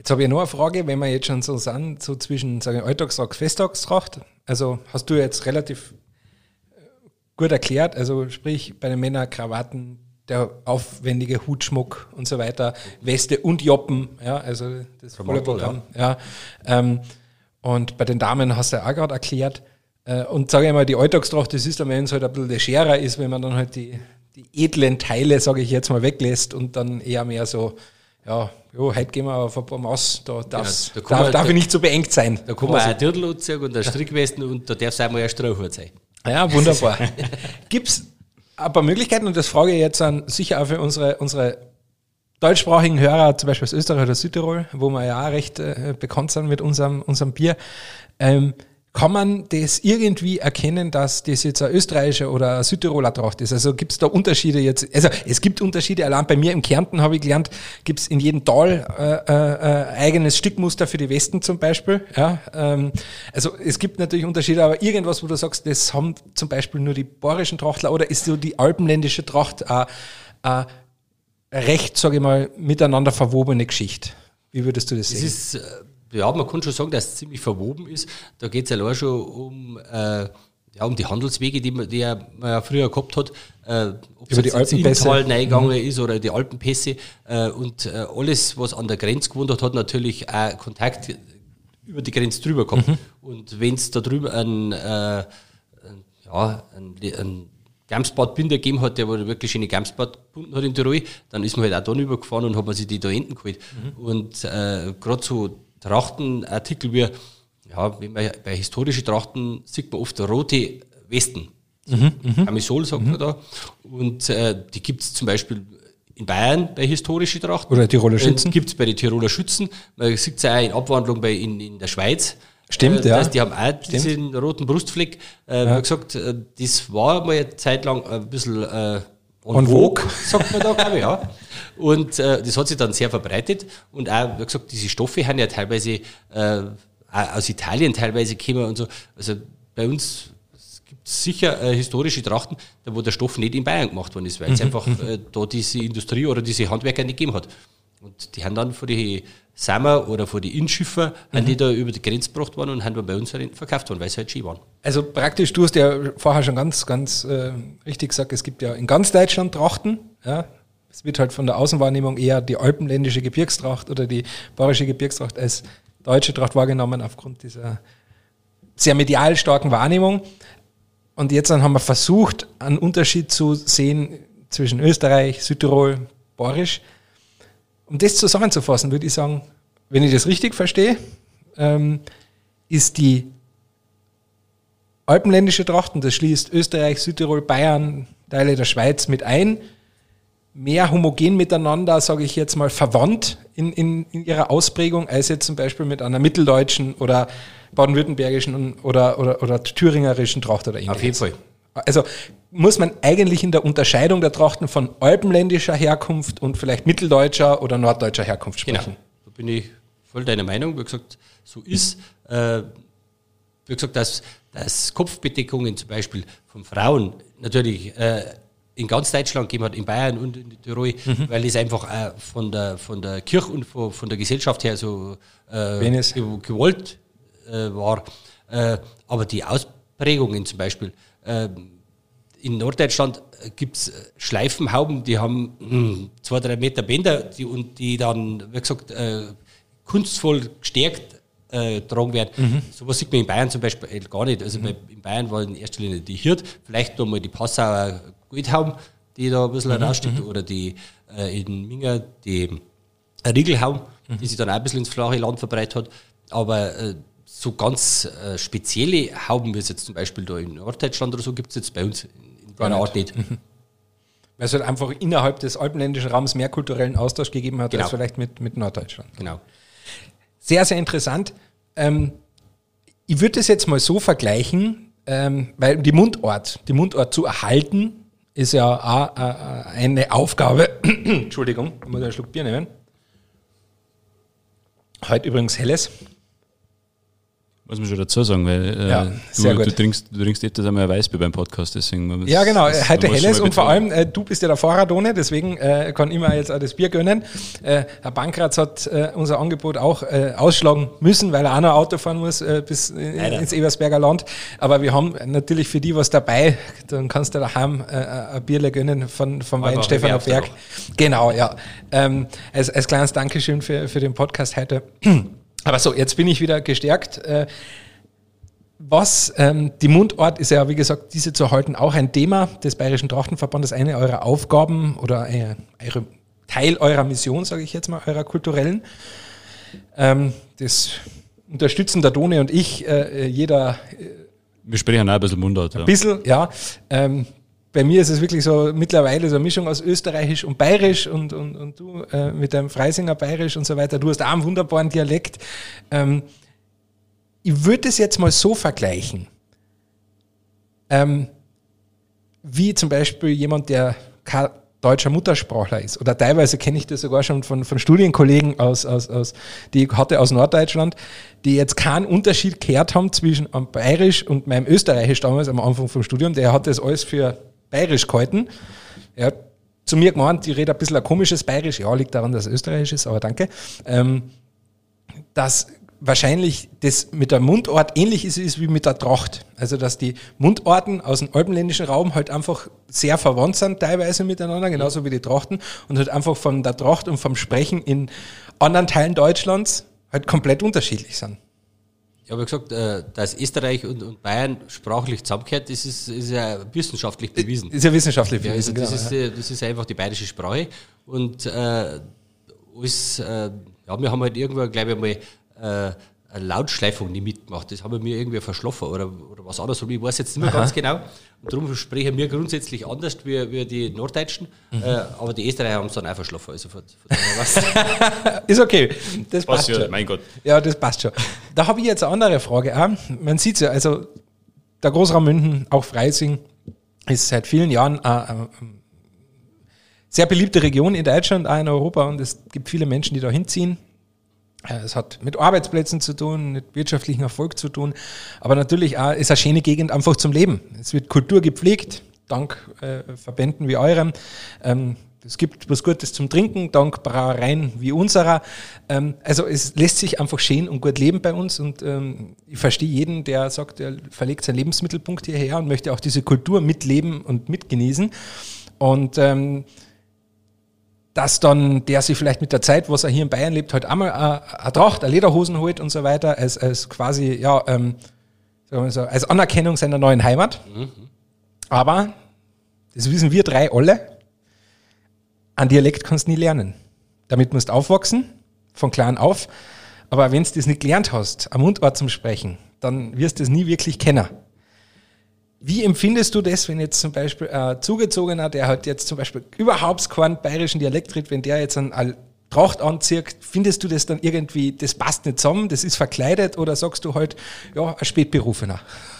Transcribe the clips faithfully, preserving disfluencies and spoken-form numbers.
Jetzt habe ich noch eine Frage, wenn wir jetzt schon so sind, so zwischen sagen wir, Alltagstracht, Festtagstracht. Also hast du jetzt relativ gut erklärt, also sprich bei den Männern Krawatten, der aufwendige Hutschmuck und so weiter, Weste und Joppen, ja, also das volle Programm. Ja. Ähm, und bei den Damen hast du ja auch gerade erklärt. Äh, und sage ich mal, die Alltagstracht, das ist dann, wenn es halt ein bisschen legerer ist, wenn man dann halt die, die edlen Teile, sage ich jetzt mal, weglässt und dann eher mehr so, ja, jo, heute gehen wir auf ein paar Maus, da, das, ja, da darf, man, darf da, ich nicht so beengt sein. Da kann man auch ein Dirndl anziehen und ein Strickwesten und da darf es auch mal ein Strohhut sein. Ja, wunderbar. Gibt es ein paar Möglichkeiten, und das frage ich jetzt an, sicher auch für unsere, unsere deutschsprachigen Hörer, zum Beispiel aus Österreich oder Südtirol, wo wir ja auch recht äh, bekannt sind mit unserem, unserem Bier, ähm, kann man das irgendwie erkennen, dass das jetzt eine österreichische oder eine Südtiroler Tracht ist? Also gibt es da Unterschiede jetzt? Also es gibt Unterschiede, allein bei mir im Kärnten habe ich gelernt, gibt es in jedem Tal äh, äh, eigenes Stickmuster für die Westen zum Beispiel. Ja, ähm, also es gibt natürlich Unterschiede, aber irgendwas, wo du sagst, das haben zum Beispiel nur die bayerischen Trachtler, oder ist so die alpenländische Tracht äh, äh, recht, sage ich mal, miteinander verwobene Geschichte? Wie würdest du das sehen? Das ist, ja, man kann schon sagen, dass es ziemlich verwoben ist. Da geht es ja allein schon um, äh, ja, um die Handelswege, die man, die man ja früher gehabt hat. Äh, ob Über es die Alpenpässe reingegangen mhm. ist oder die Alpenpässe. Äh, und äh, alles, was an der Grenze gewohnt hat, hat natürlich auch Kontakt über die Grenze drüber gehabt. Mhm. Und wenn es da drüber einen, äh, ja, einen, einen Gamsbadbinder gegeben hat, der wirklich schöne Gamsbad gebunden hat in Tirol, dann ist man halt auch da rübergefahren und hat man sich die da hinten geholt. Mhm. Und äh, gerade so Trachtenartikel wie, ja, wenn man bei historischen Trachten sieht man oft rote Westen. Mhm, Camisol sagt mhm. man da. Und äh, die gibt es zum Beispiel in Bayern bei historischen Trachten. Oder Tiroler Schützen. Gibt es bei den Tiroler Schützen. Man sieht es auch in Abwandlung bei, in, in der Schweiz. Stimmt, äh, ja. Das heißt, die haben auch Stimmt. diesen roten Brustfleck. Äh, ja. Wie gesagt, äh, das war mal eine Zeit lang ein bisschen äh, en vogue, sagt man da, glaube ich, ja. Und äh, das hat sich dann sehr verbreitet. Und auch, wie gesagt, diese Stoffe haben ja teilweise äh, auch aus Italien teilweise gekommen und so. Also bei uns gibt es sicher äh, historische Trachten, da wo der Stoff nicht in Bayern gemacht worden ist, weil es mhm. einfach äh, da diese Industrie oder diese Handwerker nicht gegeben hat. Und die haben dann von den Sommer oder von den Innenschiffer, mhm. haben die da über die Grenze gebracht worden und haben dann bei uns verkauft worden, weil sie halt schön waren. Also praktisch, du hast ja vorher schon ganz, ganz äh, richtig gesagt, es gibt ja in ganz Deutschland Trachten. Ja. Es wird halt von der Außenwahrnehmung eher die alpenländische Gebirgstracht oder die bayerische Gebirgstracht als deutsche Tracht wahrgenommen aufgrund dieser sehr medial starken Wahrnehmung. Und jetzt dann haben wir versucht, einen Unterschied zu sehen zwischen Österreich, Südtirol, Bayerisch. Um das zusammenzufassen, würde ich sagen, wenn ich das richtig verstehe, ähm, ist die alpenländische Tracht, und das schließt Österreich, Südtirol, Bayern, Teile der Schweiz mit ein, mehr homogen miteinander, sage ich jetzt mal, verwandt in, in, in ihrer Ausprägung, als jetzt zum Beispiel mit einer mitteldeutschen oder baden-württembergischen oder, oder, oder thüringerischen Tracht oder ähnliches. Auf jeden Fall. Also muss man eigentlich in der Unterscheidung der Trachten von alpenländischer Herkunft und vielleicht mitteldeutscher oder norddeutscher Herkunft sprechen. Genau, da bin ich voll deiner Meinung. Wie gesagt, so ist. Äh, wie gesagt, dass, dass Kopfbedeckungen zum Beispiel von Frauen natürlich äh, in ganz Deutschland gegeben hat, in Bayern und in Tirol, mhm. weil es einfach äh, von, der, von der Kirche und von, von der Gesellschaft her so äh, gewollt äh, war. Äh, aber die Ausprägungen zum Beispiel, äh, in Norddeutschland gibt es Schleifenhauben, die haben mh, zwei, drei Meter Bänder die, und die dann, wie gesagt, äh, kunstvoll gestärkt äh, getragen werden. Mhm. Sowas sieht man in Bayern zum Beispiel gar nicht. Also mhm. bei, in Bayern war in erster Linie die Hirt, vielleicht nochmal die Passauer Goldhauben, die da ein bisschen mhm. raussteht, oder die äh, in Minga die Riegelhauben, mhm. die sich dann auch ein bisschen ins flache Land verbreitet hat. Aber äh, so ganz äh, spezielle Hauben, wie es jetzt zum Beispiel da in Norddeutschland oder so, gibt es jetzt bei uns in der Art nicht. Mhm. Weil es halt einfach innerhalb des alpenländischen Raums mehr kulturellen Austausch gegeben hat, genau. als vielleicht mit, mit Norddeutschland. Genau. Sehr, sehr interessant. Ähm, ich würde das jetzt mal so vergleichen, ähm, weil die Mundart, die Mundart zu erhalten, ist ja auch äh, eine Aufgabe. Entschuldigung, ich muss einen Schluck Bier nehmen. Heute übrigens helles. Muss man schon dazu sagen, weil äh, ja, du, du trinkst du trinkst öfters einmal ein Weißbier beim Podcast, deswegen. Ja, genau, das, heute helles und vor allem, äh, du bist ja der Fahrer, deswegen äh, kann ich mir jetzt auch das Bier gönnen. Äh, Herr Bankratz hat äh, unser Angebot auch äh, ausschlagen müssen, weil er auch noch Auto fahren muss äh, bis äh, ins Ebersberger Land. Aber wir haben natürlich für die was dabei, dann kannst du daheim äh, ein Bierle gönnen von, vom Wein Stefaner Berg. Genau, ja. Ähm, als, als kleines Dankeschön für, für den Podcast heute. Aber so, jetzt bin ich wieder gestärkt. Was, ähm, die Mundart ist ja, wie gesagt, diese zu erhalten, auch ein Thema des Bayerischen Trachtenverbandes, eine eurer Aufgaben oder eine, eine Teil eurer Mission, sage ich jetzt mal, eurer kulturellen. Ähm, das unterstützen der Done und ich, äh, jeder... Äh, Wir sprechen auch ein bisschen Mundart. Ein ja. bisschen, ja. Ähm, Bei mir ist es wirklich so mittlerweile so eine Mischung aus Österreichisch und Bayerisch und, und, und du äh, mit deinem Freisinger Bayerisch und so weiter. Du hast auch einen wunderbaren Dialekt. Ähm, ich würde es jetzt mal so vergleichen, ähm, wie zum Beispiel jemand, der kein deutscher Muttersprachler ist. Oder teilweise kenne ich das sogar schon von, von Studienkollegen, aus, aus, aus, die ich hatte aus Norddeutschland, die jetzt keinen Unterschied gehört haben zwischen einem Bayerisch und meinem Österreichisch damals am Anfang vom Studium. Der hat das alles für Bayerisch gehalten. Er hat zu mir gemeint, ich rede ein bisschen ein komisches Bayerisch. Ja, liegt daran, dass es Österreichisch ist, aber danke. Ähm, dass wahrscheinlich das mit der Mundart ähnlich ist, ist wie mit der Tracht. Also, dass die Mundarten aus dem alpenländischen Raum halt einfach sehr verwandt sind, teilweise miteinander, genauso wie die Trachten, und halt einfach von der Tracht und vom Sprechen in anderen Teilen Deutschlands halt komplett unterschiedlich sind. Ich habe ja gesagt, dass Österreich und, und Bayern sprachlich zusammengehört, das ist, ist ja wissenschaftlich bewiesen. Ist ja wissenschaftlich bewiesen, ja, also das, genau, ist, ja. das ist einfach die bayerische Sprache. Und äh, alles, äh, ja, wir haben halt irgendwo, glaube ich, mal äh, eine Lautschleifung nicht mitgemacht. Das haben wir irgendwie verschlafen oder, oder was anderes. Ich weiß jetzt nicht mehr Aha. ganz genau. Und darum sprechen wir grundsätzlich anders wie, wie die Norddeutschen. Mhm. Äh, aber die Österreicher haben es dann auch verschlafen. Also von, von was. Ist okay. Das passt ja, schon. Mein Gott. Ja, das passt schon. Da habe ich jetzt eine andere Frage. Auch. Man sieht es ja, also der Großraum München, auch Freising, ist seit vielen Jahren eine, eine sehr beliebte Region in Deutschland, auch in Europa. Und es gibt viele Menschen, die da hinziehen. Es hat mit Arbeitsplätzen zu tun, mit wirtschaftlichem Erfolg zu tun, aber natürlich auch ist eine schöne Gegend einfach zum Leben. Es wird Kultur gepflegt, dank äh, Verbänden wie eurem. Ähm, es gibt was Gutes zum Trinken, dank Brauereien wie unserer. Ähm, also es lässt sich einfach schön und gut leben bei uns und ähm, ich verstehe jeden, der sagt, er verlegt seinen Lebensmittelpunkt hierher und möchte auch diese Kultur mitleben und mitgenießen. Und ähm, dass dann der sich vielleicht mit der Zeit, was er hier in Bayern lebt, halt einmal eine Tracht, eine Lederhosen holt und so weiter, als, als quasi, ja, ähm, sagen wir so, als Anerkennung seiner neuen Heimat. Mhm. Aber, das wissen wir drei alle, ein Dialekt kannst du nie lernen. Damit musst du aufwachsen, von klein auf, aber wenn du das nicht gelernt hast, am Mundart zum Sprechen, dann wirst du es nie wirklich kennen. Wie empfindest du das, wenn jetzt zum Beispiel ein Zugezogener, der halt jetzt zum Beispiel überhaupt keinen bayerischen Dialekt redet, wenn der jetzt eine Tracht anzieht, findest du das dann irgendwie, das passt nicht zusammen, das ist verkleidet, oder sagst du halt, ja, ein Spätberufener?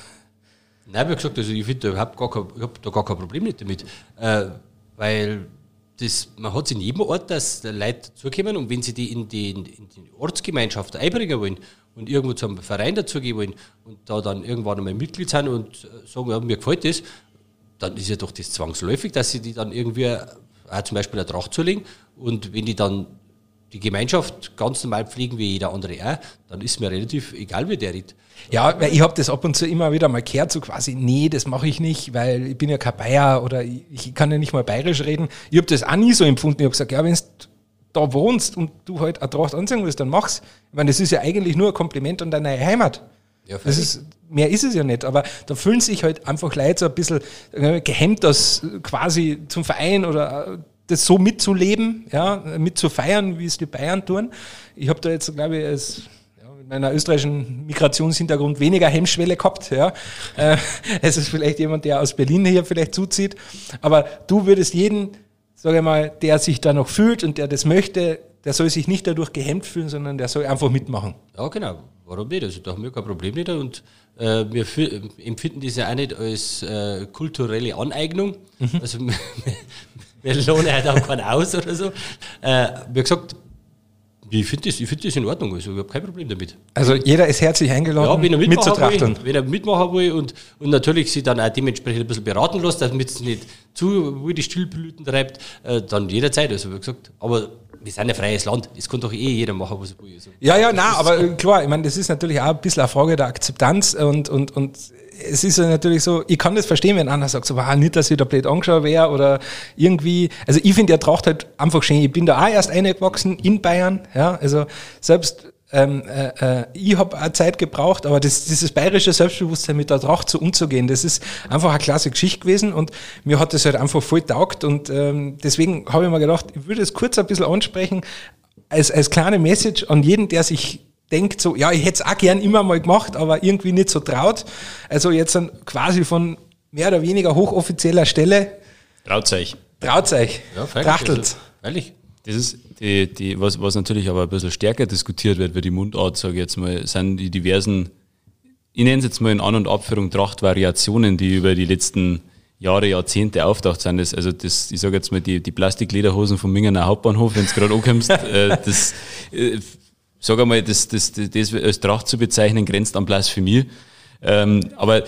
Nein, wie gesagt, also ich finde, ich habe hab da gar kein Problem nicht damit, äh, weil das, man hat es in jedem Ort, dass Leute dazukommen, und wenn sie die in die, in die Ortsgemeinschaft einbringen wollen und irgendwo zum Verein dazugehen wollen und da dann irgendwann einmal Mitglied sind und sagen, ja, mir gefällt das, dann ist ja doch das zwangsläufig, dass sie die dann irgendwie auch zum Beispiel eine Tracht zulegen, und wenn die dann die Gemeinschaft ganz normal pflegen wie jeder andere auch, dann ist mir relativ egal, wie der redet. Ja, weil ich habe das ab und zu immer wieder mal gehört, so quasi, nee, das mache ich nicht, weil ich bin ja kein Bayer oder ich, ich kann ja nicht mal bayerisch reden. Ich habe das auch nie so empfunden. Ich habe gesagt, ja, wenn du da wohnst und du halt eine Tracht anziehen willst, dann mach's. Ich meine, das ist ja eigentlich nur ein Kompliment an deine Heimat. Ja, das ist, mehr ist es ja nicht, aber da fühlen sich halt einfach Leute so ein bisschen gehemmt, das quasi zum Verein oder das so mitzuleben, ja, mitzufeiern, wie es die Bayern tun. Ich habe da jetzt, glaube ich, als mit meiner österreichischen Migrationshintergrund weniger Hemmschwelle gehabt. Ja. Äh, es ist vielleicht jemand, der aus Berlin hier vielleicht zuzieht. Aber du würdest jeden, sage ich mal, der sich da noch fühlt und der das möchte, der soll sich nicht dadurch gehemmt fühlen, sondern der soll einfach mitmachen. Ja, genau. Warum nicht? Also da haben wir kein Problem nicht. Und äh, wir für, empfinden das ja auch nicht als äh, kulturelle Aneignung. Mhm. Also wir lohnen halt auch keinen aus oder so. Äh, wie gesagt, Ich finde das, ich find das in Ordnung, also ich habe kein Problem damit. Also jeder ist herzlich eingeladen, ja, wenn er mitmachen mitzutrachten. will, wenn er mitmachen will und, und natürlich sich dann auch dementsprechend ein bisschen beraten lässt, damit es nicht zu wie die Stillblüten treibt, äh, dann jederzeit, also wie gesagt. Aber wir sind ein freies Land, es kann doch eh jeder machen, was er will. Also, ja, ja, nein, aber klar, ich meine, das ist natürlich auch ein bisschen eine Frage der Akzeptanz und, und, und es ist ja natürlich so, ich kann das verstehen, wenn einer sagt, so, wow, nicht, dass ich da blöd angeschaut wäre oder irgendwie, also ich finde, der Tracht halt einfach schön. Ich bin da auch erst eingewachsen in Bayern, ja, also selbst ähm, äh, äh, ich habe auch Zeit gebraucht, aber das, dieses bayerische Selbstbewusstsein mit der Tracht so umzugehen, das ist einfach eine klasse Geschichte gewesen und mir hat das halt einfach voll taugt und ähm, deswegen habe ich mir gedacht, ich würde es kurz ein bisschen ansprechen, als, als kleine Message an jeden, der sich denkt so, ja, ich hätte es auch gern immer mal gemacht, aber irgendwie nicht so traut. Also jetzt dann quasi von mehr oder weniger hochoffizieller Stelle. Traut euch. Traut euch. Ja, freilich. Trachtelt. Also, freilich. Das ist die, die, was, was natürlich aber ein bisschen stärker diskutiert wird, wie die Mundart, sage ich jetzt mal, sind die diversen, ich nenne es jetzt mal in An- und Abführung Trachtvariationen, die über die letzten Jahre, Jahrzehnte auftaucht sind. Das, also das, ich sage jetzt mal, die, die Plastiklederhosen vom Mingener Hauptbahnhof, wenn es gerade ankommst, äh, das äh, sag einmal, das, das, das, das als Tracht zu bezeichnen, grenzt an Blasphemie. Ähm, aber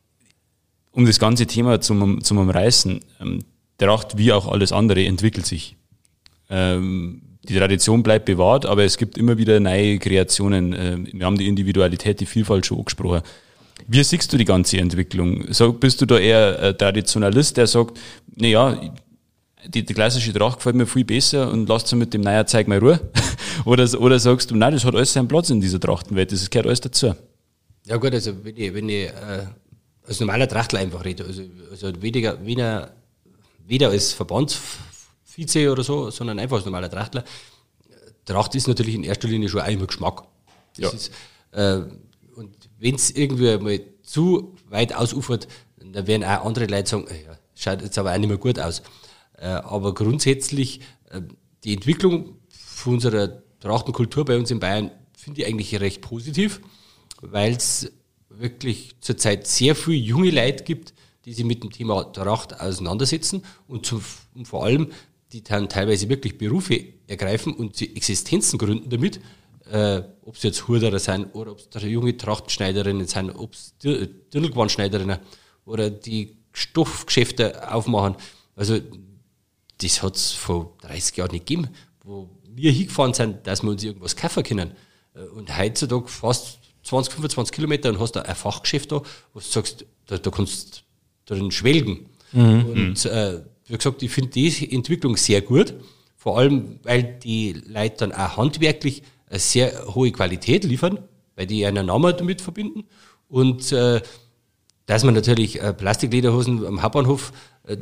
um das ganze Thema zum, zum Umreißen, ähm, Tracht wie auch alles andere entwickelt sich. Ähm, die Tradition bleibt bewahrt, aber es gibt immer wieder neue Kreationen. Ähm, wir haben die Individualität, die Vielfalt schon angesprochen. Wie siehst du die ganze Entwicklung? So, bist du da eher ein Traditionalist, der sagt, naja, Die, die klassische Tracht gefällt mir viel besser und lasst sie mit dem neuen Zeug mal Ruhe? oder, oder sagst du, nein, das hat alles seinen Platz in dieser Trachtenwelt, das gehört alles dazu? Ja gut, also wenn ich, wenn ich äh, als normaler Trachtler einfach rede, also, also weniger, weniger, weder als Verbandsvize oder so, sondern einfach als normaler Trachtler. Tracht ist natürlich in erster Linie schon auch immer Geschmack. Das Ja. ist, äh, und wenn es irgendwie mal zu weit ausufert, dann werden auch andere Leute sagen, ja, schaut jetzt aber auch nicht mehr gut aus. Aber grundsätzlich, die Entwicklung von unserer Trachtenkultur bei uns in Bayern finde ich eigentlich recht positiv, weil es wirklich zurzeit sehr viele junge Leute gibt, die sich mit dem Thema Tracht auseinandersetzen und, zum, und vor allem, die dann teilweise wirklich Berufe ergreifen und sie Existenzen gründen damit, äh, ob es jetzt Hurderer sind oder ob es junge Trachtenschneiderinnen sind, ob es Dirndlgewandschneiderinnen oder die Stoffgeschäfte aufmachen. Also das hat es vor dreißig Jahren nicht gegeben, wo wir hingefahren sind, dass wir uns irgendwas kaufen können. Und heutzutage fast zwanzig, fünfundzwanzig Kilometer und hast da ein Fachgeschäft da, wo du sagst, da, da kannst du drin schwelgen. Mhm. Und äh, wie gesagt, ich finde die Entwicklung sehr gut, vor allem, weil die Leute dann auch handwerklich eine sehr hohe Qualität liefern, weil die einen Namen damit verbinden. Und äh, dass man natürlich äh, Plastiklederhosen am Hauptbahnhof äh,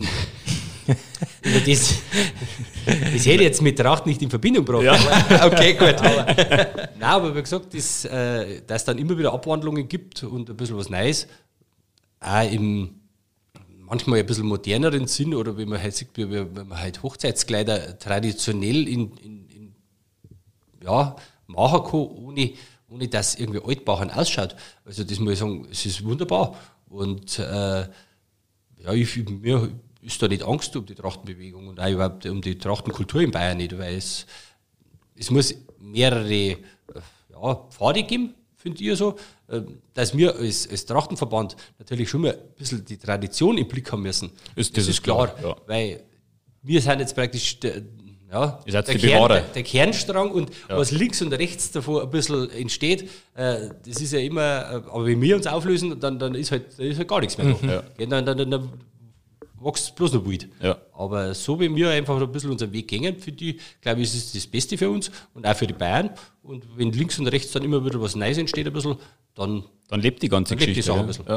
das, das hätte ich jetzt mit Tracht nicht in Verbindung gebracht. Ja. Okay, gut. Aber, nein, aber wie gesagt, dass äh, es dann immer wieder Abwandlungen gibt und ein bisschen was Neues, auch im manchmal ein bisschen moderneren Sinn, oder wenn man halt sieht, wie, wenn man halt Hochzeitskleider traditionell in, in, in ja, machen kann, ohne, ohne dass irgendwie altbauern ausschaut. Also das muss ich sagen, es ist wunderbar. Und äh, ja, ich, mir ist da nicht Angst um die Trachtenbewegung und auch überhaupt um die Trachtenkultur in Bayern nicht, weil es, es muss mehrere ja, Pfade geben, finde ich so, dass wir als, als Trachtenverband natürlich schon mal ein bisschen die Tradition im Blick haben müssen. Ist, das, das ist klar, klar ja. Weil wir sind jetzt praktisch der, ja, der, Kern, der, der Kernstrang und ja. was links und rechts davon ein bisschen entsteht, äh, das ist ja immer, aber wenn wir uns auflösen, dann, dann ist halt, dann ist halt gar nichts mehr da. Ja. Dann, dann, dann, dann wächst bloß noch wild. Ja. Aber so wie wir einfach ein bisschen unseren Weg gehen, für die, glaube ich, ist es das Beste für uns und auch für die Bayern. Und wenn links und rechts dann immer wieder was Neues entsteht, ein bisschen, dann, dann lebt die ganze Geschichte. Die Sache ein bisschen. Ja.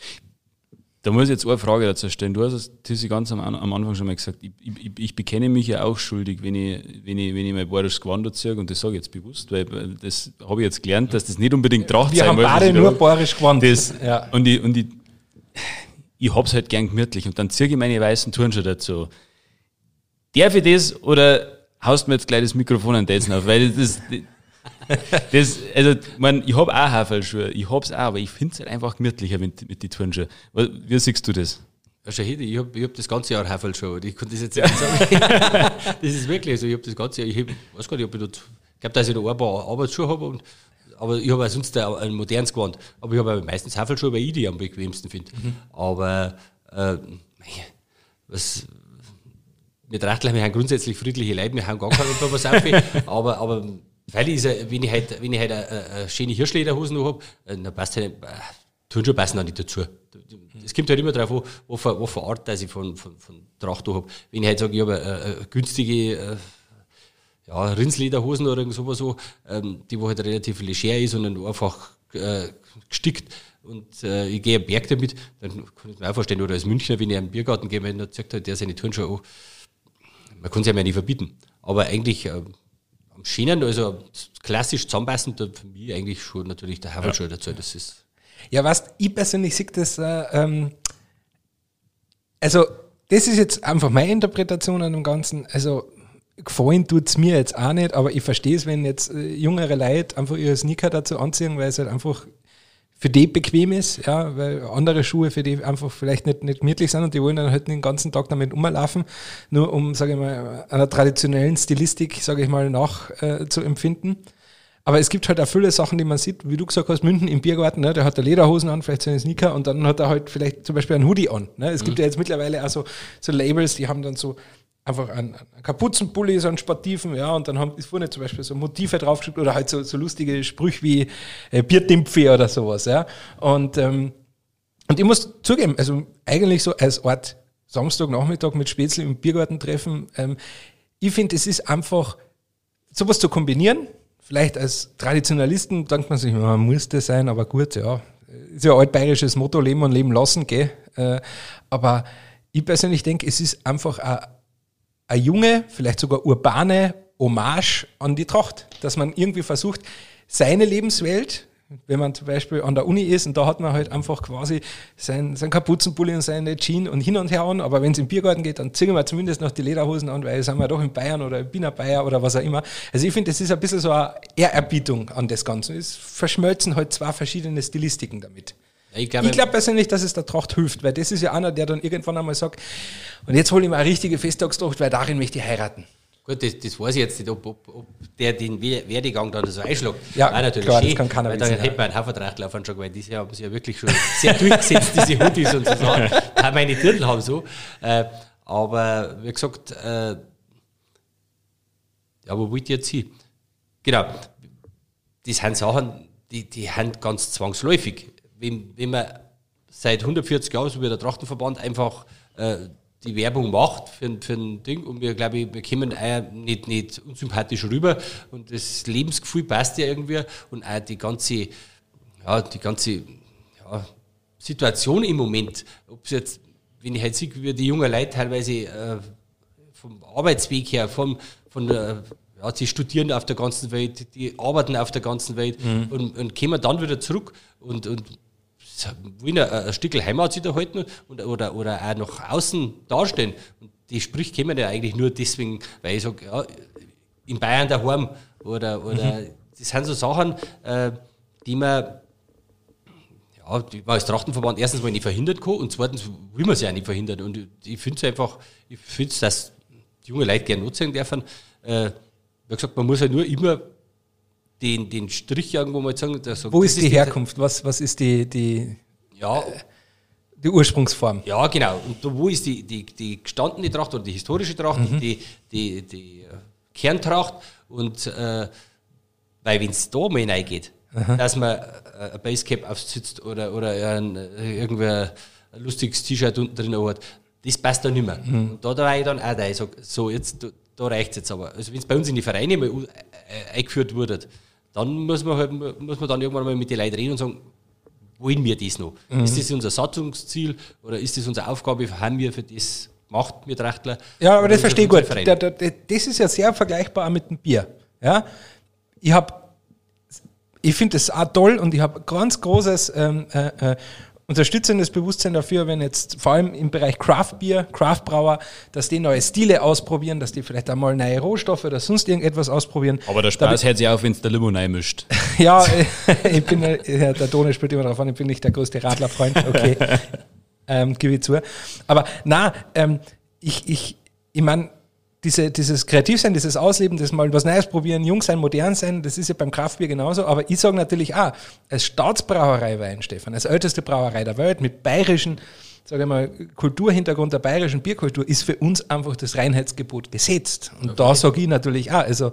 Da muss ich jetzt eine Frage dazu stellen. Du hast es, Tissi, ganz am, am Anfang schon mal gesagt, ich, ich, ich bekenne mich ja auch schuldig, wenn ich, wenn ich, wenn ich mein bayerisches Gewand anziehe, und das sage ich jetzt bewusst, weil das habe ich jetzt gelernt, dass das nicht unbedingt Tracht sein muss. Wir haben beide nur bayerisch Gewand. Das, ja. Und ich, und ich, ich hab's halt gern gemütlich und dann ziehe ich meine weißen Turnschuhe dazu. Darf ich das oder haust mir jetzt gleich das Mikrofon an den auf? Weil das, das, also, ich mein, ich hab auch Haferlschuhe, ich hab's auch, aber ich find's halt einfach gemütlicher mit, mit den Turnschuhen. Wie siehst du das? Ja, Shahidi, ich hab, ich hab das ganze Jahr Haferlschuhe, ich konnte das jetzt nicht sagen. Das ist wirklich, also ich hab das ganze Jahr, ich hab, weiß gar nicht, ob ich dort Ich glaube, dass ich da ein paar Arbeitsschuhe habe, und, aber ich habe auch sonst ein, ein modernes gewand. Aber ich habe auch meistens Haferschuhe, weil ich die am bequemsten finde. Mhm. Aber äh, was, wir Trachtler, wir haben grundsätzlich friedliche Leute, wir haben gar keine was auf. aber, aber weil ich, wenn ich halt, wenn ich halt eine, eine schöne Hirschlederhosen noch habe, dann passt halt, äh, Turnschuhe passen auch nicht dazu. Es kommt halt immer darauf an, was für, was für Art dass ich von, von, von Tracht habe. Wenn ich halt sage, ich habe eine, eine günstige äh, ja, Rinslederhosen oder irgend sowas, so, ähm, die wo halt relativ leger ist und dann einfach äh, gestickt und äh, ich gehe einen Berg damit, dann kann ich mir auch vorstellen, oder als Münchner, wenn ich in einen Biergarten gehe, wenn der sagt halt, der seine Turnschuhe an, man kann es ja mal nicht verbieten. Aber eigentlich äh, am schönen, also klassisch zusammenpassen, da für mich eigentlich schon natürlich der Haferschuh ja. dazu. Das ist ja, was ich persönlich sehe, das, äh, ähm, also das ist jetzt einfach meine Interpretation an dem Ganzen. Also gefallen tut es mir jetzt auch nicht, aber ich verstehe es, wenn jetzt äh, jüngere Leute einfach ihre Sneaker dazu anziehen, weil es halt einfach für die bequem ist, ja, weil andere Schuhe für die einfach vielleicht nicht, nicht gemütlich sind und die wollen dann halt den ganzen Tag damit rumlaufen, nur um, sage ich mal, einer traditionellen Stilistik, sage ich mal, nach äh, zu empfinden. Aber es gibt halt auch viele Sachen, die man sieht, wie du gesagt hast, München im Biergarten, ne, der hat da Lederhosen an, vielleicht seine Sneaker und dann hat er halt vielleicht zum Beispiel einen Hoodie an. Ne. Es mhm. gibt ja jetzt mittlerweile auch so, so Labels, die haben dann so einfach einen, einen Kapuzenpulli, so einen Sportiven, ja, und dann haben, ist vorne zum Beispiel so Motive draufgeschrieben oder halt so, so lustige Sprüche wie äh, Bierdimpfe oder sowas, ja. Und, ähm, und ich muss zugeben, also eigentlich so als Art Samstagnachmittag mit Spätzle im Biergarten treffen, ähm, ich finde, es ist einfach sowas zu kombinieren. Vielleicht als Traditionalisten denkt man sich, man muss das sein, aber gut, ja, ist ja ein altbayerisches Motto, leben und leben lassen, gell. Äh, aber ich persönlich denke, es ist einfach ein eine junge, vielleicht sogar urbane Hommage an die Tracht, dass man irgendwie versucht, seine Lebenswelt, wenn man zum Beispiel an der Uni ist und da hat man halt einfach quasi sein, sein Kapuzenpulli und seine Jeans und hin und her an, aber wenn es im Biergarten geht, dann ziehen wir zumindest noch die Lederhosen an, weil sind wir doch in Bayern oder in Wiener Bayer oder was auch immer. Also ich finde, das ist ein bisschen so eine Ehrerbietung an das Ganze. Es verschmelzen halt zwei verschiedene Stilistiken damit. Ich glaube glaub persönlich, dass es der Tracht hilft, weil das ist ja einer, der dann irgendwann einmal sagt, und jetzt hole ich mir eine richtige Festtagstracht, weil darin möchte ich heiraten. Gut, das, das weiß ich jetzt nicht, ob, ob, ob der den Werdegang dann so einschlägt. Ja, nein, natürlich klar, schön, das kann keiner weil dann hätte man einen Hafertrachtler auf schon, weil diese haben sich ja wirklich schon sehr durchgesetzt, diese Hoodies und so Sachen. Auch meine Dirndl haben so. Äh, aber wie gesagt, äh, ja, wo wollte ich jetzt hin? Genau, das sind Sachen, die, die sind ganz zwangsläufig. Wenn, wenn man seit hundertvierzig Jahren, so wie der Trachtenverband, einfach äh, die Werbung macht für, für ein Ding und wir, glaube ich, wir kommen auch nicht, nicht unsympathisch rüber und das Lebensgefühl passt ja irgendwie und auch die ganze, ja, die ganze ja, Situation im Moment, ob es jetzt, wenn ich halt sehe, wie die jungen Leute teilweise äh, vom Arbeitsweg her, vom, von der ja, die studieren auf der ganzen Welt, die arbeiten auf der ganzen Welt mhm. und, und kommen dann wieder zurück und, und wollen ein, ein Stückchen Heimat sich da halten und, oder, oder auch nach außen dastehen. Und die Sprüche kommen ja eigentlich nur deswegen, weil ich sage, ja, in Bayern daheim oder, oder mhm. das sind so Sachen, äh, die man ja, die man als Trachtenverband erstens mal nicht verhindern kann und zweitens will man sie auch nicht verhindern. Und ich finde es einfach, ich finde es, dass die junge Leute gerne nutzen dürfen. Äh, wie gesagt, man muss ja nur immer den, den Strich irgendwo mal sagen. Also, wo ist die ist Herkunft? Was, was ist die, die, ja, äh, die Ursprungsform? Ja, genau. Und da, wo ist die, die, die gestandene Tracht oder die historische Tracht, mhm. die, die, die Kerntracht? Und äh, weil wenn es da mal reingeht, aha. dass man ein Basecap aufsitzt oder, oder ein, irgendwie ein lustiges T-Shirt unten drin hat, das passt dann nicht mehr. Mhm. Und da da ich dann auch da, ich sage, so, jetzt, da, da reicht es jetzt aber. Also wenn es bei uns in die Vereine mal eingeführt wurde, dann muss man halt, muss man dann irgendwann mal mit den Leuten reden und sagen, wollen wir das noch? Mhm. Ist das unser Satzungsziel oder ist das unsere Aufgabe? Haben wir für das gemacht, wir Trachtler? Ja, aber das verstehe ich gut. Da, da, das ist ja sehr vergleichbar auch mit dem Bier. Ja? Ich habe, ich finde das auch toll und ich habe ganz großes ähm, äh, unterstützendes Bewusstsein dafür, wenn jetzt vor allem im Bereich Craft Beer, Craft Brauer, dass die neue Stile ausprobieren, dass die vielleicht einmal neue Rohstoffe oder sonst irgendetwas ausprobieren. Aber der Spaß hört sich auf, wenn es der Limo reinmischt. Ja, ich bin, ja, der Tone spielt immer drauf an, ich bin nicht der größte Radlerfreund, okay, ähm, gebe ich zu. Aber na, ähm, ich, ich, ich meine, diese, dieses Kreativsein, dieses Ausleben, das mal was Neues probieren, jung sein, modern sein, das ist ja beim Kraftbier genauso. Aber ich sage natürlich auch, als Staatsbrauerei Weinstefan, als älteste Brauerei der Welt mit bayerischen, sage ich mal, Kulturhintergrund der bayerischen Bierkultur, ist für uns einfach das Reinheitsgebot gesetzt. Und okay. da sage ich natürlich auch, also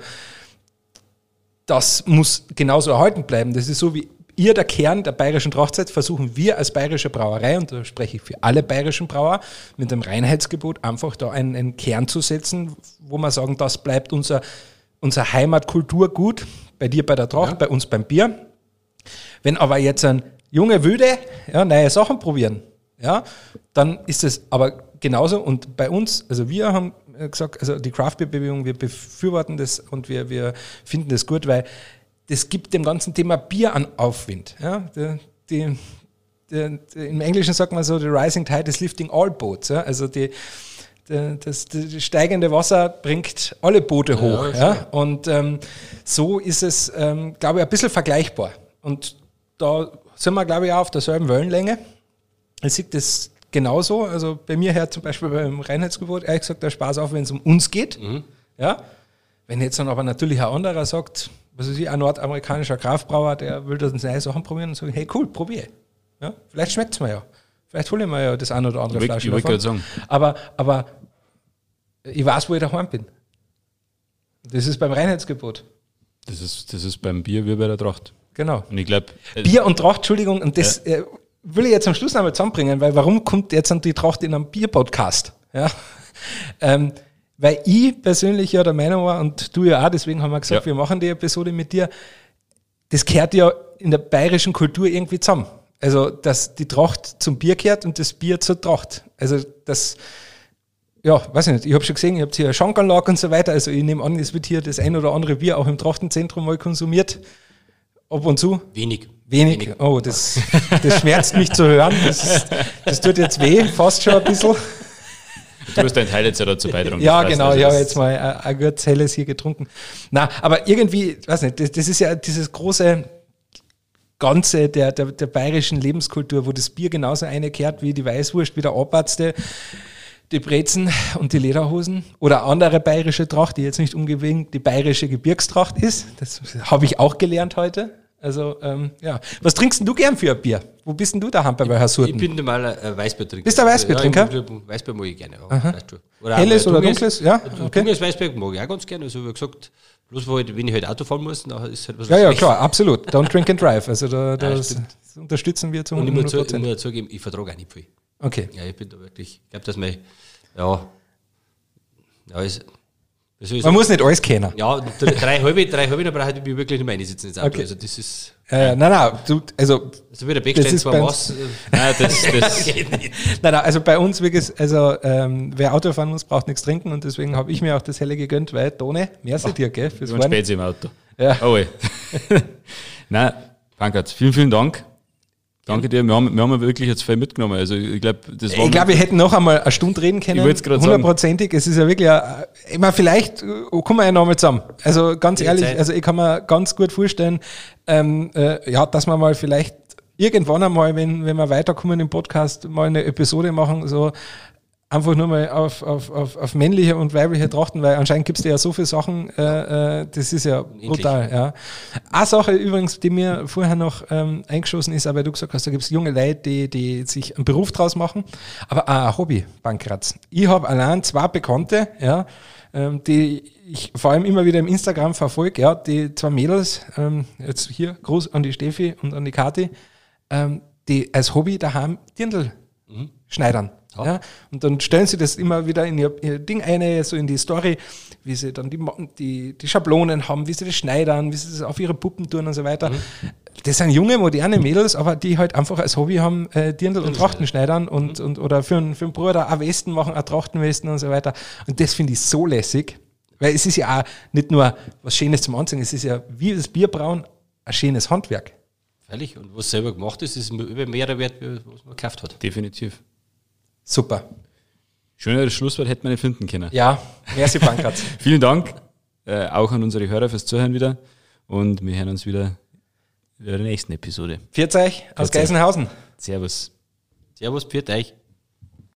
das muss genauso erhalten bleiben. Das ist so wie ihr der Kern der bayerischen Tracht seid, versuchen wir als bayerische Brauerei, und da spreche ich für alle bayerischen Brauer, mit dem Reinheitsgebot einfach da einen, einen Kern zu setzen, wo wir sagen, das bleibt unser, unser Heimatkulturgut, bei dir bei der Tracht, ja. bei uns beim Bier. Wenn aber jetzt ein junge Wilde ja, neue Sachen probieren, ja, dann ist es aber genauso. Und bei uns, also wir haben gesagt, also die Craft-Beer-Bewegung, wir befürworten das und wir, wir finden das gut, weil das gibt dem ganzen Thema Bier an Aufwind. Ja, die, die, die, die, im Englischen sagt man so, the rising tide is lifting all boats. Ja, also die, die, das, das steigende Wasser bringt alle Boote hoch. Ja, ja. Und ähm, so ist es, ähm, glaube ich, ein bisschen vergleichbar. Und da sind wir, glaube ich, auch auf derselben Wellenlänge. Ich sehe das genauso. Also bei mir hört zum Beispiel beim Reinheitsgebot, ehrlich gesagt, der Spaß auf, wenn es um uns geht. Mhm. Ja. Wenn jetzt dann aber natürlich ein anderer sagt, was weiß ich, ein nordamerikanischer Kraftbrauer, der will das neue Sachen probieren und sagen, hey cool, probier. Ja, vielleicht schmeckt es mir ja. Vielleicht hole ich mir ja das eine oder andere Flasche davon. Sagen. Aber, aber ich weiß, wo ich daheim bin. Das ist beim Reinheitsgebot. Das ist, das ist beim Bier wie bei der Tracht. Genau. Und ich glaube, Bier und Tracht, Entschuldigung, und das ja. äh, will ich jetzt am Schluss noch mal zusammenbringen, weil warum kommt jetzt an die Tracht in einem Bier-Podcast? Ja. ähm, Weil ich persönlich ja der Meinung war, und du ja auch, deswegen haben wir gesagt, ja. wir machen die Episode mit dir, das gehört ja in der bayerischen Kultur irgendwie zusammen. Also, dass die Tracht zum Bier gehört und das Bier zur Tracht. Also, das, ja, weiß ich nicht, ich habe schon gesehen, ihr habt hier eine Schankanlage und so weiter, also ich nehme an, es wird hier das ein oder andere Bier auch im Trachtenzentrum mal konsumiert. Ab und zu? Wenig. Wenig? Wenig. Oh, das, das schmerzt mich zu hören, das, das tut jetzt weh, fast schon ein bisschen. Du hast dein Teil jetzt ja dazu beitragen. Ja, genau, also ich habe jetzt mal ein, ein gutes Helles hier getrunken. Na, aber irgendwie, weiß nicht, das, das ist ja dieses große Ganze der, der, der bayerischen Lebenskultur, wo das Bier genauso einkehrt wie die Weißwurst, wie der Abatzte, die Brezen und die Lederhosen oder andere bayerische Tracht, die jetzt nicht unbedingt die bayerische Gebirgstracht ist. Das habe ich auch gelernt heute. Also, ähm, ja. Was trinkst denn du gern für ein Bier? Wo bist denn du daheim bei Hasurten? Ich bin normaler äh, Weißbiertrinker. Bist du ein Weißbiertrinker? Ja, Weißbier mag ich gerne. Ja, oder Helles oder dunkles? Ja, okay. Dunkles Weißbier mag ich auch ganz gerne. Also, wie gesagt, bloß halt, wenn ich halt Auto fahren muss, dann ist halt was Ja, ja, schlecht. Klar, absolut. Don't drink and drive. Also, da, da ja, das unterstützen wir zu hundert Prozent. Und ich muss zugeben, ich vertrage auch nicht viel. Okay. Ja, ich bin da wirklich, ich glaube, dass mein, ja, ja, ist, Man sagen? muss nicht alles kennen. Ja, drei halbe, drei halbe, da brauche ich mich wirklich nicht mehr reinsitzen ins Auto. Okay. Also das ist... Äh, nein, nein, du, also... Also wie der Beckstein zwar was... Nein, das, das geht nicht. Nein, nein, also bei uns wirklich, also ähm, wer Auto fahren muss, braucht nichts trinken und deswegen habe ich mir auch das Helle gegönnt, weil, Tone, merci dir, gell, fürs Fahren. Spät im Auto. Ja. Oh, nein, Pankratz, vielen, vielen Dank. Danke dir, wir haben, wir haben wirklich jetzt viel mitgenommen. Also ich glaube, das war Ich glaube, wir hätten noch einmal eine Stunde reden können. Ich wollte es gerade sagen. Hundertprozentig. Es ist ja wirklich, ein, ich meine, vielleicht kommen wir ja noch mal zusammen. Also ganz Die ehrlich, Zeit. also ich kann mir ganz gut vorstellen, ähm, äh, ja, dass wir mal vielleicht irgendwann einmal, wenn, wenn wir weiterkommen im Podcast, mal eine Episode machen, so einfach nur mal auf, auf, auf, auf männliche und weibliche Trachten, weil anscheinend gibt es ja so viele Sachen, äh, äh, das ist ja Endlich. brutal. Ja. Eine Sache übrigens, die mir vorher noch ähm, eingeschossen ist, aber du gesagt hast, da gibt es junge Leute, die, die sich einen Beruf draus machen, aber auch ein Hobby, Pankratz. Ich habe allein zwei Bekannte, ja, ähm, die ich vor allem immer wieder im Instagram verfolge, ja, die zwei Mädels, ähm, jetzt hier Gruß an die Steffi und an die Kathi, ähm, die als Hobby daheim Dirndl mhm. schneidern. Ja. Ja, und dann stellen sie das immer wieder in ihr, ihr Ding ein, so in die Story, wie sie dann die, die, die Schablonen haben, wie sie das schneidern, wie sie das auf ihre Puppen tun und so weiter. Mhm. Das sind junge, moderne Mädels, aber die halt einfach als Hobby haben, äh, Dirndl und Trachten schneidern und, mhm. und, oder für einen, für einen Bruder auch Westen machen, auch Trachtenwesten und so weiter. Und das finde ich so lässig, weil es ist ja auch nicht nur was Schönes zum Anziehen, es ist ja wie das Bierbrauen ein schönes Handwerk. Freilich, und was selber gemacht ist, ist über mehrere Wert, was man gekauft hat. Definitiv. Super. Schöneres Schlusswort hätte man nicht finden können. Ja, merci Pankratz. Vielen Dank, äh, auch an unsere Hörer fürs Zuhören wieder und wir hören uns wieder in der nächsten Episode. Pfiat euch aus Geisenhausen. Servus. Servus, pfiat euch.